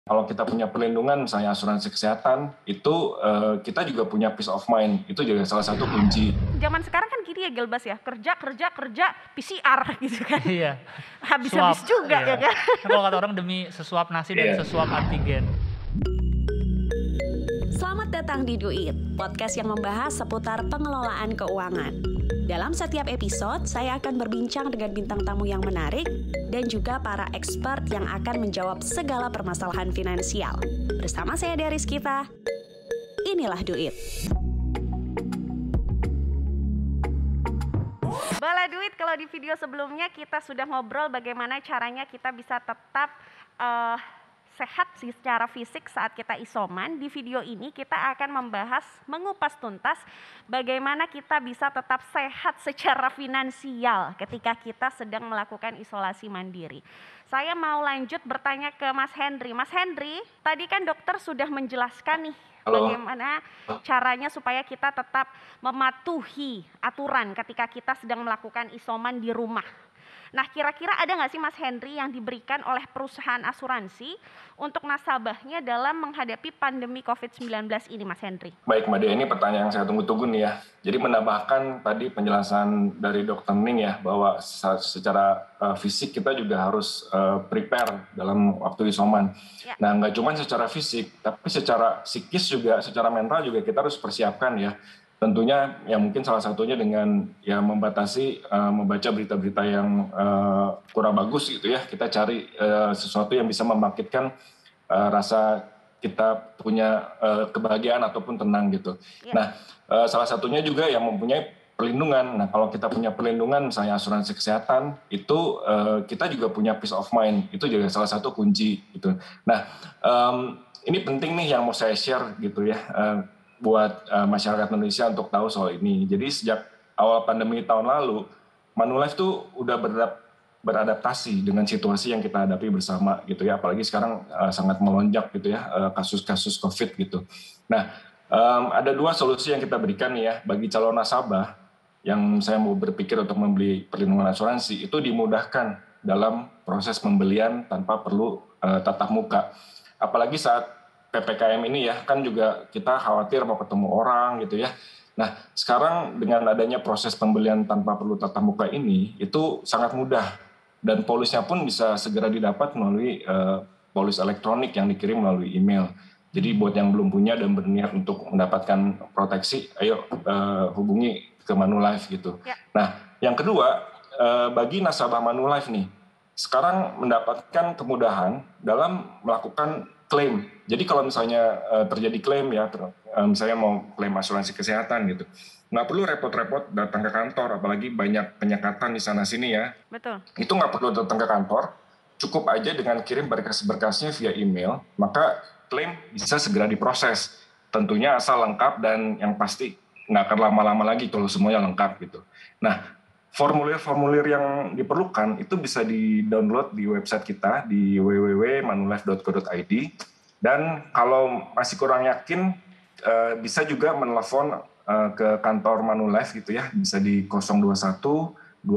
Kalau kita punya perlindungan, misalnya asuransi kesehatan, itu kita juga punya peace of mind. Itu juga salah satu kunci. Zaman sekarang kan gini ya Gilbas ya, kerja, PCR gitu kan. Iya. Habis-habis Swab, juga ya iya. kan. Kalau kata orang demi sesuap nasi dan Iya. sesuap antigen. Selamat datang di Duit, podcast yang membahas seputar pengelolaan keuangan. Dalam setiap episode, saya akan berbincang dengan bintang tamu yang menarik dan juga para expert yang akan menjawab segala permasalahan finansial. Bersama saya Deris Kita, inilah Duit. Bala Duit, kalau di video sebelumnya kita sudah ngobrol bagaimana caranya kita bisa tetap sehat secara fisik saat kita isoman. Di video ini kita akan membahas, mengupas tuntas bagaimana kita bisa tetap sehat secara finansial ketika kita sedang melakukan isolasi mandiri. Saya mau lanjut bertanya ke Mas Henry. Mas Henry, tadi kan dokter sudah menjelaskan nih bagaimana caranya supaya kita tetap mematuhi aturan ketika kita sedang melakukan isoman di rumah. Nah, kira-kira ada nggak sih Mas Henry yang diberikan oleh perusahaan asuransi untuk nasabahnya dalam menghadapi pandemi COVID-19 ini, Mas Henry? Baik Mbak Dea, ini pertanyaan yang saya tunggu-tunggu nih ya. Jadi menambahkan tadi penjelasan dari Dr. Ning ya, bahwa secara fisik kita juga harus prepare dalam waktu isoman. Ya. Nah, nggak cuma secara fisik, tapi secara psikis juga, secara mental juga kita harus persiapkan ya. Tentunya ya mungkin salah satunya dengan ya membatasi membaca berita-berita yang kurang bagus gitu ya. Kita cari sesuatu yang bisa membangkitkan rasa kita punya kebahagiaan ataupun tenang gitu. Ya. Nah, salah satunya juga yang mempunyai perlindungan. Nah, kalau kita punya perlindungan misalnya asuransi kesehatan, itu kita juga punya peace of mind. Itu juga salah satu kunci gitu. Nah, ini penting nih yang mau saya share gitu ya. Buat masyarakat Indonesia untuk tahu soal ini. Jadi sejak awal pandemi tahun lalu, Manulife tuh udah beradaptasi dengan situasi yang kita hadapi bersama gitu ya. Apalagi sekarang sangat melonjak gitu ya kasus-kasus COVID gitu. Nah, ada dua solusi yang kita berikan nih ya bagi calon nasabah yang saya mau berpikir untuk membeli perlindungan asuransi, itu dimudahkan dalam proses pembelian tanpa perlu tatap muka. Apalagi saat PPKM ini ya, kan juga kita khawatir mau ketemu orang gitu ya. Nah, sekarang dengan adanya proses pembelian tanpa perlu tatap muka ini, itu sangat mudah. Dan polisnya pun bisa segera didapat melalui polis elektronik yang dikirim melalui email. Jadi buat yang belum punya dan berniat untuk mendapatkan proteksi, ayo hubungi ke Manulife gitu. Ya. Nah, yang kedua, bagi nasabah Manulife nih, sekarang mendapatkan kemudahan dalam melakukan klaim. Jadi kalau misalnya terjadi klaim ya, misalnya mau klaim asuransi kesehatan gitu, nggak perlu repot-repot datang ke kantor, apalagi banyak penyekatan di sana-sini ya. Betul. Itu nggak perlu datang ke kantor, cukup aja dengan kirim berkas-berkasnya via email, maka klaim bisa segera diproses. Tentunya asal lengkap dan yang pasti nggak akan lama-lama lagi kalau semuanya lengkap gitu. Nah, formulir-formulir yang diperlukan itu bisa di-download di website kita di www.manulife.co.id, dan kalau masih kurang yakin bisa juga menelepon ke kantor Manulife gitu ya, bisa di 021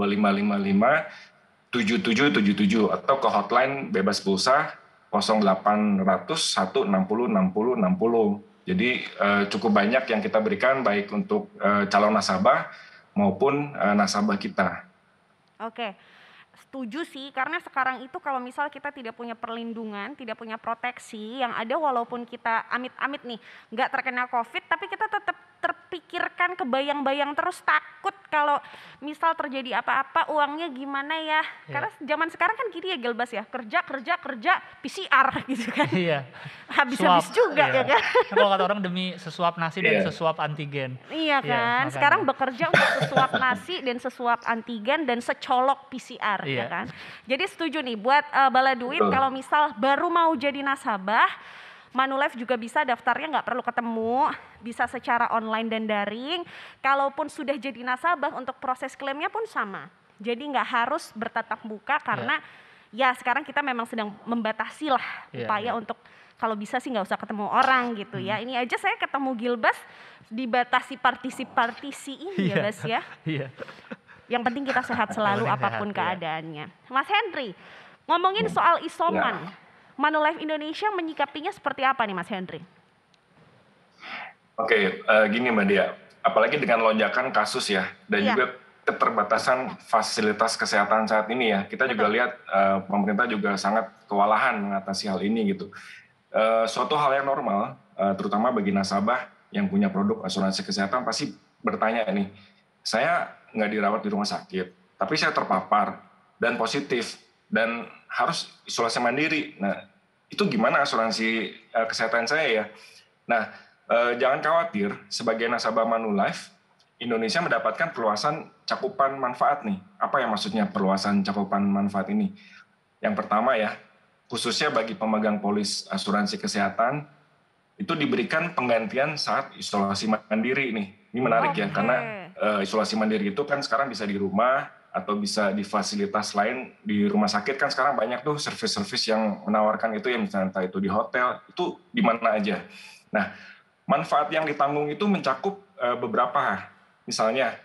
2555 7777 atau ke hotline bebas pulsa 0800 160 60 60. Jadi cukup banyak yang kita berikan baik untuk calon nasabah maupun nasabah kita. Oke, setuju sih, karena sekarang itu kalau misal kita tidak punya perlindungan, tidak punya proteksi, yang ada walaupun kita amit-amit nih nggak terkena COVID, tapi kita tetap terpikirkan, kebayang-bayang terus, takut kalau misal terjadi apa-apa uangnya gimana ya. Karena zaman sekarang kan gini ya Gilbas ya, kerja PCR gitu kan. Iya. Habis-habis juga iya. ya kan. Kalau kata orang demi sesuap nasi dan Iya. sesuap antigen. Iya kan, makanya. sekarang bekerja untuk sesuap nasi dan sesuap antigen dan secolok PCR ya Iya. kan. Jadi setuju nih buat Bala Duit, Betul. kalau misal baru mau jadi nasabah, Manulife juga bisa daftarnya nggak perlu ketemu, bisa secara online dan daring. Kalaupun sudah jadi nasabah, untuk proses klaimnya pun sama. Jadi nggak harus bertatap muka karena ya sekarang kita memang sedang membatasi lah upaya untuk kalau bisa sih nggak usah ketemu orang gitu ya. Ini aja saya ketemu Gilbas dibatasi partisi ini ya Bas ya. Iya. Yang penting kita sehat selalu Yang penting apapun sehat, iya. keadaannya. Mas Henry, ngomongin soal isoman. Manulife Indonesia menyikapinya seperti apa nih Mas Henry? Oke, gini Mbak Dia, apalagi dengan lonjakan kasus ya, dan Iya. juga keterbatasan fasilitas kesehatan saat ini ya, kita juga Betul. lihat pemerintah juga sangat kewalahan mengatasi hal ini gitu. Suatu hal yang normal, terutama bagi nasabah yang punya produk asuransi kesehatan pasti bertanya nih, saya nggak dirawat di rumah sakit, tapi saya terpapar dan positif dan harus isolasi mandiri. Nah, itu gimana asuransi kesehatan saya ya? Nah, jangan khawatir, sebagai nasabah Manulife, Indonesia mendapatkan perluasan cakupan manfaat nih. Apa yang maksudnya perluasan cakupan manfaat ini? Yang pertama ya, khususnya bagi pemegang polis asuransi kesehatan, itu diberikan penggantian saat isolasi mandiri nih. Ini menarik ya, Oke. karena isolasi mandiri itu kan sekarang bisa di rumah atau bisa di fasilitas lain di rumah sakit, kan sekarang banyak tuh servis-servis yang menawarkan itu ya, misalnya entah itu di hotel, itu di mana aja. Nah, manfaat yang ditanggung itu mencakup beberapa, misalnya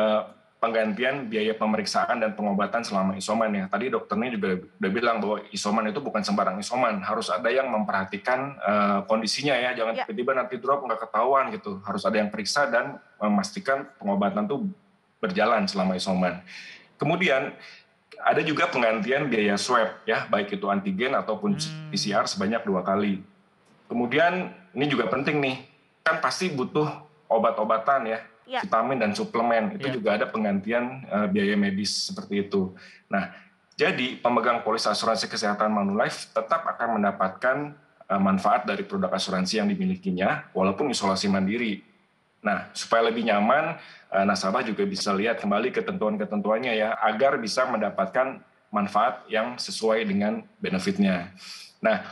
penggantian biaya pemeriksaan dan pengobatan selama isoman ya. Tadi dokternya juga udah bilang bahwa isoman itu bukan sembarang isoman, harus ada yang memperhatikan kondisinya ya, jangan tiba-tiba nanti drop nggak ketahuan gitu. Harus ada yang periksa dan memastikan pengobatan itu berjalan selama isoman. Kemudian ada juga penggantian biaya swab ya, baik itu antigen ataupun PCR sebanyak 2 kali. Kemudian ini juga penting nih, kan pasti butuh obat-obatan ya, vitamin dan suplemen, itu juga ada penggantian biaya medis seperti itu. Nah, jadi pemegang polis asuransi kesehatan Manulife tetap akan mendapatkan manfaat dari produk asuransi yang dimilikinya, walaupun isolasi mandiri. Nah, supaya lebih nyaman, nasabah juga bisa lihat kembali ketentuan-ketentuannya ya, agar bisa mendapatkan manfaat yang sesuai dengan benefitnya. Nah,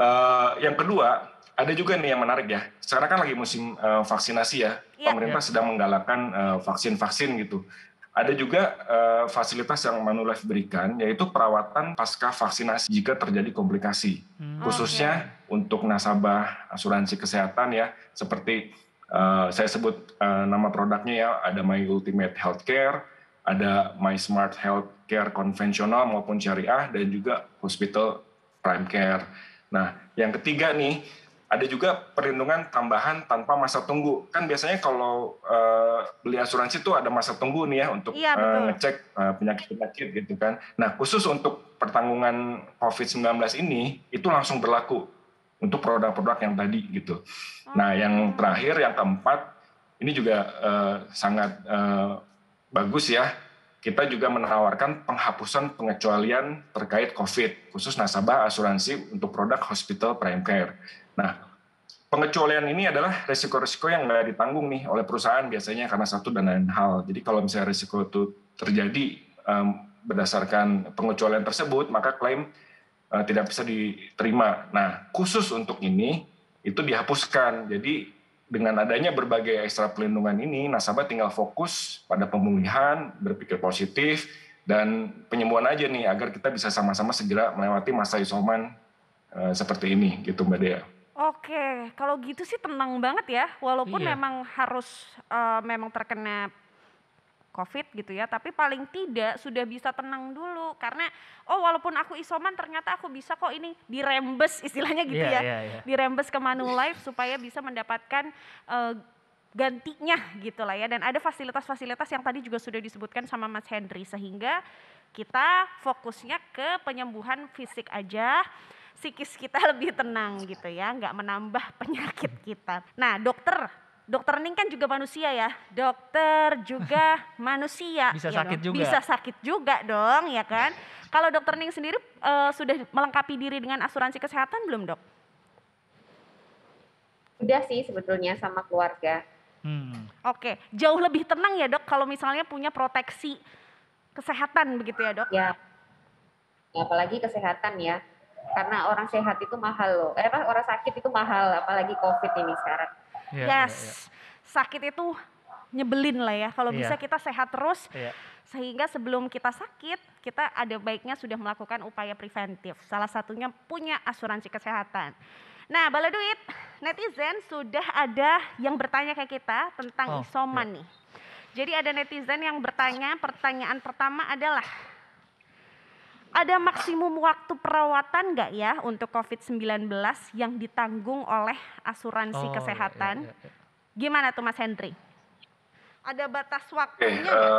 yang kedua, ada juga nih yang menarik ya. Sekarang kan lagi musim vaksinasi ya. Pemerintah sedang menggalakkan vaksin-vaksin gitu. Ada juga fasilitas yang Manulife berikan, yaitu perawatan pasca vaksinasi jika terjadi komplikasi. Khususnya untuk nasabah asuransi kesehatan ya, seperti saya sebut nama produknya ya, ada My Ultimate Healthcare, ada My Smart Healthcare konvensional maupun syariah, dan juga Hospital Prime Care. Nah, yang ketiga nih, ada juga perlindungan tambahan tanpa masa tunggu. Kan biasanya kalau beli asuransi itu ada masa tunggu nih ya untuk ngecek penyakit-penyakit gitu kan. Nah, khusus untuk pertanggungan COVID-19 ini, itu langsung berlaku untuk produk-produk yang tadi gitu. Nah, yang terakhir, yang keempat, ini juga sangat bagus ya. Kita juga menawarkan penghapusan pengecualian terkait COVID, khusus nasabah asuransi untuk produk Hospital Prime Care. Nah, pengecualian ini adalah risiko-risiko yang nggak ditanggung nih oleh perusahaan biasanya karena satu dan lain hal. Jadi kalau misalnya risiko itu terjadi berdasarkan pengecualian tersebut, maka klaim tidak bisa diterima. Nah, khusus untuk ini, itu dihapuskan. Jadi dengan adanya berbagai ekstra pelindungan ini, nasabah tinggal fokus pada pemulihan, berpikir positif, dan penyembuhan aja nih, agar kita bisa sama-sama segera melewati masa isoman seperti ini, gitu Mbak Dea. Oke, kalau gitu sih tenang banget ya, walaupun memang harus memang terkena COVID gitu ya, tapi paling tidak sudah bisa tenang dulu karena walaupun aku isoman ternyata aku bisa kok ini dirembes istilahnya gitu dirembes ke Manulife supaya bisa mendapatkan gantinya gitu lah ya, dan ada fasilitas-fasilitas yang tadi juga sudah disebutkan sama Mas Henry, sehingga kita fokusnya ke penyembuhan fisik aja, psikis kita lebih tenang gitu ya, nggak menambah penyakit kita. Nah, Dokter Ning kan juga manusia ya, dokter juga manusia. Bisa ya sakit dong? juga. Bisa sakit juga dong ya kan. Kalau Dokter Ning sendiri sudah melengkapi diri dengan asuransi kesehatan belum Dok? Sudah sih sebetulnya sama keluarga. Oke, jauh lebih tenang ya Dok kalau misalnya punya proteksi kesehatan begitu ya Dok? Ya, apalagi kesehatan ya, karena orang sehat itu mahal loh, orang sakit itu mahal, apalagi COVID ini sekarang. Sakit itu nyebelin lah ya, kalau bisa kita sehat terus, sehingga sebelum kita sakit, kita ada baiknya sudah melakukan upaya preventif, salah satunya punya asuransi kesehatan. Nah, Bala Duit, netizen sudah ada yang bertanya ke kita tentang isoman nih. Jadi ada netizen yang bertanya, pertanyaan pertama adalah, Ada maksimum waktu perawatan nggak ya untuk COVID-19 yang ditanggung oleh asuransi Oh, kesehatan? ya. Gimana tuh Mas Hendri? Ada batas Oke, waktunya nggak?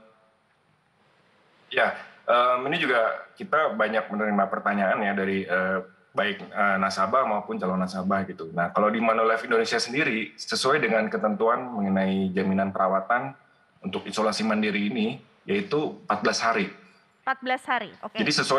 ya, ini juga kita banyak menerima pertanyaan ya dari baik nasabah maupun calon nasabah gitu. Nah, kalau di Manulife Indonesia sendiri, sesuai dengan ketentuan mengenai jaminan perawatan untuk isolasi mandiri ini, yaitu 14 hari. 14 hari, oke.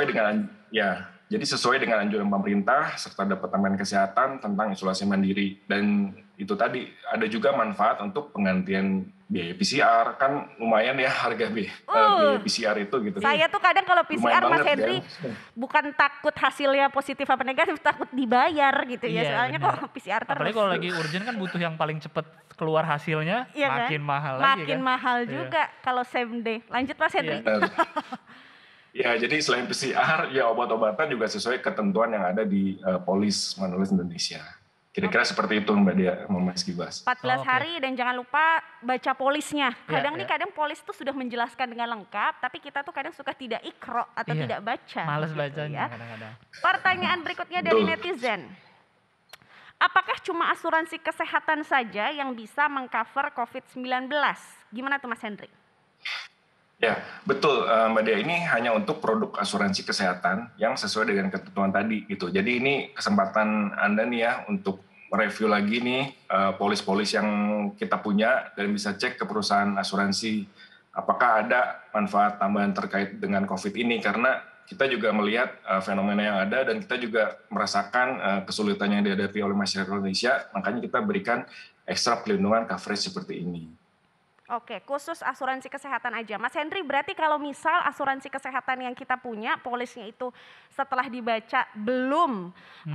Jadi sesuai dengan anjuran pemerintah serta Departemen Kesehatan tentang isolasi mandiri, dan itu tadi ada juga manfaat untuk penggantian biaya PCR, kan lumayan ya harga biaya PCR itu gitu. Saya tuh kadang kalau PCR Lumayan Mas banget, Hendri kan? bukan takut hasilnya positif apa negatif, takut dibayar gitu ya. Iya, Soalnya benar. kok PCR terus. Apalagi kalau lagi urgent kan butuh yang paling cepet keluar hasilnya, Iya kan? makin mahal lagi Makin kan. mahal Iya. juga kalau same day. Lanjut Mas Hendri. Iya. Ya, jadi selain PCR, ya obat-obatan juga sesuai ketentuan yang ada di Polis Manulife Indonesia. Kira-kira seperti itu Mbak Dia, Mas Gibas. 14 Oh, oke. hari dan jangan lupa baca polisnya. Kadang Iya, nih kadang polis tuh sudah menjelaskan dengan lengkap, tapi kita tuh kadang suka tidak ikro atau Iya, tidak baca. males gitu bacanya ya. kadang-kadang. Pertanyaan berikutnya dari Betul. netizen. Apakah cuma asuransi kesehatan saja yang bisa mengcover COVID-19? Gimana tuh Mas Hendri? Ya, betul Mbak Dia, ini hanya untuk produk asuransi kesehatan yang sesuai dengan ketentuan tadi gitu. Jadi ini kesempatan Anda nih ya untuk mereview lagi nih polis-polis yang kita punya dan bisa cek ke perusahaan asuransi apakah ada manfaat tambahan terkait dengan COVID ini, karena kita juga melihat fenomena yang ada dan kita juga merasakan kesulitan yang dihadapi oleh masyarakat Indonesia, makanya kita berikan ekstra pelindungan coverage seperti ini. Oke, khusus asuransi kesehatan aja. Mas Hendri, berarti kalau misal asuransi kesehatan yang kita punya, polisnya itu setelah dibaca belum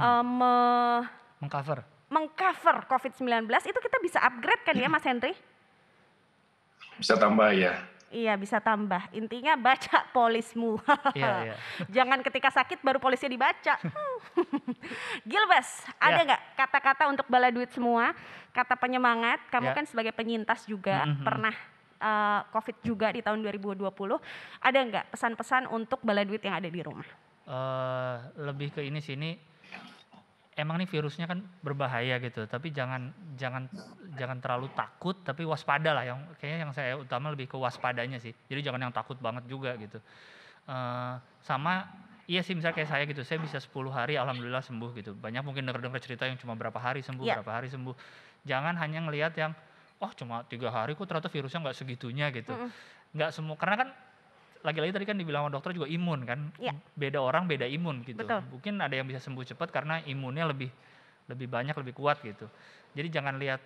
Mengcover. mengcover COVID-19, itu kita bisa upgrade kan ya Mas Hendri? Bisa tambah ya. Iya, bisa tambah. Intinya baca polismu. Iya, iya. Jangan ketika sakit baru polisnya dibaca. Gilbas, ada nggak kata-kata untuk bala duit semua, kata penyemangat? Kamu Ya. kan sebagai penyintas juga, pernah COVID juga di tahun 2020. Ada nggak pesan-pesan untuk bala duit yang ada di rumah? Lebih ke ini sini, emang nih virusnya kan berbahaya gitu, tapi jangan terlalu takut, tapi waspada lah. Yang kayaknya yang saya utama lebih ke waspadanya sih. Jadi jangan yang takut banget juga gitu. Sama iya sih, misalnya kayak saya gitu, saya bisa 10 hari alhamdulillah sembuh gitu. Banyak mungkin dengar cerita yang cuma berapa hari sembuh, Iya. berapa hari sembuh. Jangan hanya ngelihat yang cuma 3 hari kok ternyata virusnya nggak segitunya gitu. Nggak semua, karena kan lagi-lagi tadi kan dibilang sama dokter juga imun kan. Iya. Beda orang beda imun gitu. Betul. Mungkin ada yang bisa sembuh cepat karena imunnya lebih banyak, lebih kuat gitu. Jadi jangan lihat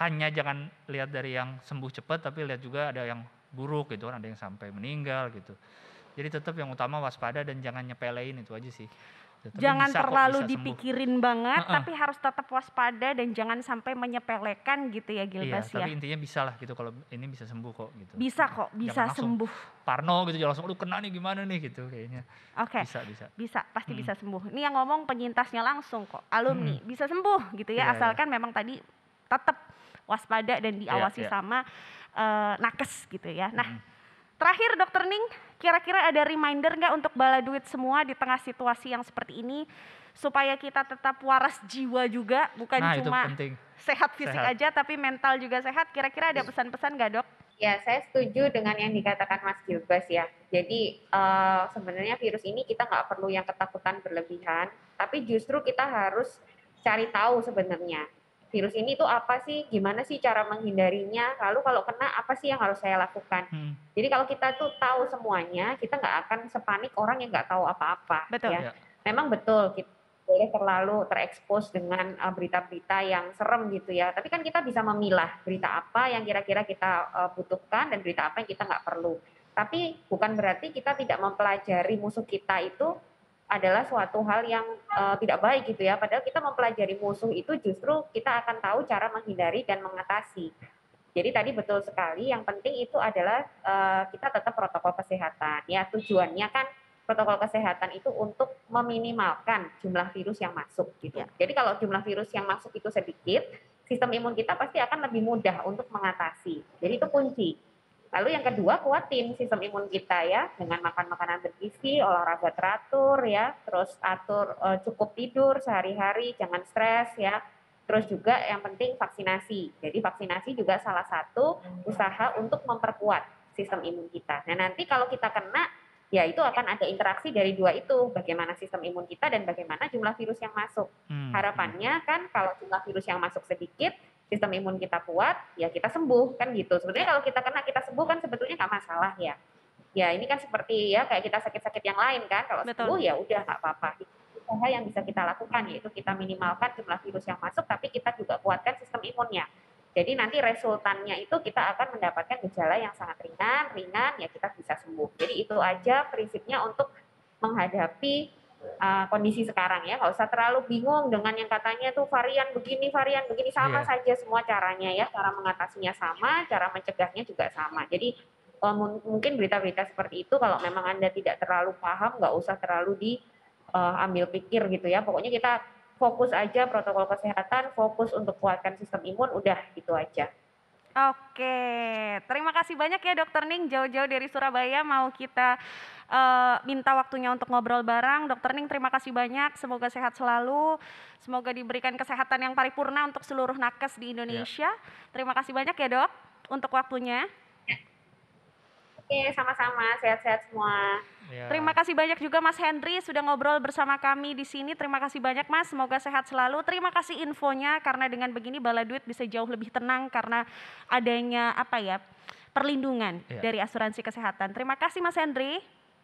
dari yang sembuh cepat, tapi lihat juga ada yang buruk gitu kan, ada yang sampai meninggal gitu. Jadi tetap yang utama waspada dan jangan nyepelein, itu aja sih. Tapi Jangan bisa kok, terlalu bisa sembuh. dipikirin banget, tapi harus tetap waspada dan jangan sampai menyepelekan gitu ya Iya, Gilbas ya. tapi intinya bisa lah gitu, kalau ini bisa sembuh kok gitu. Bisa kok, bisa Jangan langsung sembuh. Parno gitu, jangan langsung aduh kena nih gimana nih gitu kayaknya. Oke. Bisa. Pasti bisa sembuh. Ini yang ngomong penyintasnya langsung kok, alumni. Bisa sembuh gitu ya, Iya, asalkan memang tadi tetap waspada dan diawasi Iya. sama nakes gitu ya. Nah, terakhir Dokter Ning, kira-kira ada reminder nggak untuk bala duit semua di tengah situasi yang seperti ini, supaya kita tetap waras jiwa juga, bukan Nah, itu cuma penting. sehat fisik Sehat. aja tapi mental juga sehat. Kira-kira ada pesan-pesan nggak Dok? Ya, saya setuju dengan yang dikatakan Mas Gilbas ya. Jadi sebenarnya virus ini kita nggak perlu yang ketakutan berlebihan, tapi justru kita harus cari tahu sebenarnya virus ini tuh apa sih, gimana sih cara menghindarinya, lalu kalau kena apa sih yang harus saya lakukan. Jadi kalau kita tuh tahu semuanya, kita nggak akan sepanik orang yang nggak tahu apa-apa. Betul. Ya. Ya. Memang betul kita boleh terlalu terekspos dengan berita-berita yang serem gitu ya. Tapi kan kita bisa memilah berita apa yang kira-kira kita butuhkan dan berita apa yang kita nggak perlu. Tapi bukan berarti kita tidak mempelajari musuh kita itu adalah suatu hal yang tidak baik gitu ya. Padahal kita mempelajari musuh itu justru kita akan tahu cara menghindari dan mengatasi. Jadi tadi betul sekali, yang penting itu adalah kita tetap protokol kesehatan. Ya, tujuannya kan protokol kesehatan itu untuk meminimalkan jumlah virus yang masuk gitu. Jadi kalau jumlah virus yang masuk itu sedikit, sistem imun kita pasti akan lebih mudah untuk mengatasi. Jadi itu kunci. Lalu yang kedua, kuatin sistem imun kita ya dengan makan makanan bergizi, olahraga teratur ya, terus atur cukup tidur sehari-hari, jangan stres ya. Terus juga yang penting vaksinasi. Jadi vaksinasi juga salah satu usaha untuk memperkuat sistem imun kita. Nah nanti kalau kita kena, ya itu akan ada interaksi dari dua itu, bagaimana sistem imun kita dan bagaimana jumlah virus yang masuk. Harapannya kan kalau jumlah virus yang masuk sedikit, sistem imun kita kuat, ya kita sembuh kan gitu. Sebenarnya kalau kita kena kita sembuh kan sebetulnya nggak masalah ya. Ya ini kan seperti ya kayak kita sakit-sakit yang lain kan. Kalau sembuh ya udah nggak apa-apa. Usaha yang bisa kita lakukan yaitu kita minimalkan jumlah virus yang masuk, tapi kita juga kuatkan sistem imunnya. Jadi nanti resultannya itu kita akan mendapatkan gejala yang sangat ringan ya kita bisa sembuh. Jadi itu aja prinsipnya untuk menghadapi kondisi sekarang ya, nggak usah terlalu bingung dengan yang katanya tuh varian begini sama saja semua caranya ya, cara mengatasinya sama, cara mencegahnya juga sama. Jadi mungkin berita-berita seperti itu kalau memang Anda tidak terlalu paham, nggak usah terlalu diambil pikir gitu ya. Pokoknya kita fokus aja protokol kesehatan, fokus untuk kuatkan sistem imun, udah gitu aja. Oke, terima kasih banyak ya Dokter Ning, jauh-jauh dari Surabaya mau kita minta waktunya untuk ngobrol bareng. Dokter Ning terima kasih banyak, semoga sehat selalu, semoga diberikan kesehatan yang paripurna untuk seluruh nakes di Indonesia. Terima kasih banyak ya Dok untuk waktunya. Oke, sama-sama, sehat-sehat semua. Terima kasih banyak juga Mas Henry sudah ngobrol bersama kami di sini. Terima kasih banyak Mas, semoga sehat selalu. Terima kasih infonya karena dengan begini Baladuit bisa jauh lebih tenang karena adanya perlindungan dari asuransi kesehatan. Terima kasih Mas Henry.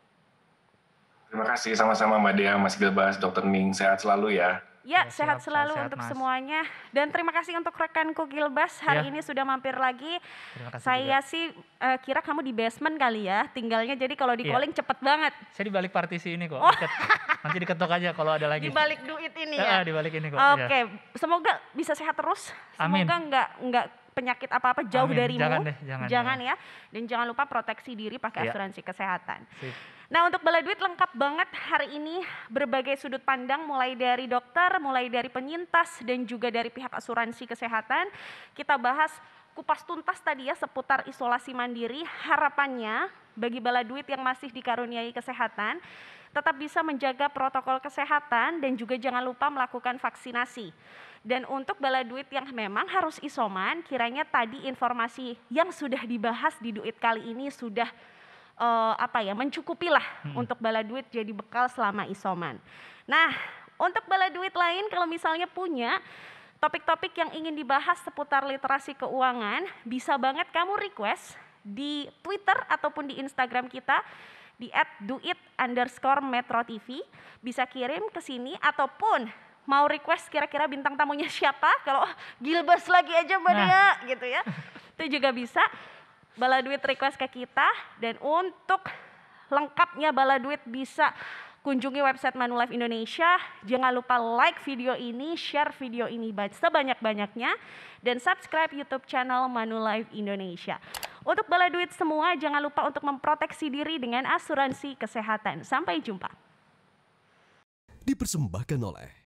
Terima kasih sama-sama Mbak Dea, Mas Gilbas, Dr. Ning, sehat selalu ya. Ya, sehat selalu untuk Mas. semuanya. Dan terima kasih untuk rekanku Gilbas hari ini sudah mampir lagi. Saya sih kira kamu di basement kali ya tinggalnya, jadi kalau di calling cepet banget. Saya di balik partisi ini kok. Nanti diketok aja kalau ada lagi. Di balik duit ini ya. Di balik ini kok. Oke, semoga bisa sehat terus. Semoga nggak penyakit apa-apa jauh darimu. Jangan ya. Dan jangan lupa proteksi diri pakai asuransi kesehatan. Nah untuk Baladuit lengkap banget hari ini, berbagai sudut pandang mulai dari dokter, mulai dari penyintas dan juga dari pihak asuransi kesehatan. Kita bahas kupas tuntas tadi ya seputar isolasi mandiri. Harapannya bagi Baladuit yang masih dikaruniai kesehatan tetap bisa menjaga protokol kesehatan dan juga jangan lupa melakukan vaksinasi. Dan untuk Baladuit yang memang harus isoman, kiranya tadi informasi yang sudah dibahas di Duit kali ini sudah mencukupi lah untuk Baladuit jadi bekal selama isoman. Nah, untuk Baladuit lain kalau misalnya punya topik-topik yang ingin dibahas seputar literasi keuangan, bisa banget kamu request di Twitter ataupun di Instagram kita di @duit_metrotv. Bisa kirim ke sini ataupun mau request kira-kira bintang tamunya siapa, kalau Gilbas lagi aja Mbak Dea gitu ya. Itu juga bisa. Baladuit request ke kita, dan untuk lengkapnya Baladuit bisa kunjungi website Manulife Indonesia. Jangan lupa like video ini, share video ini sebanyak-banyaknya, dan subscribe YouTube channel Manulife Indonesia. Untuk Baladuit semua, jangan lupa untuk memproteksi diri dengan asuransi kesehatan. Sampai jumpa. Dipersembahkan oleh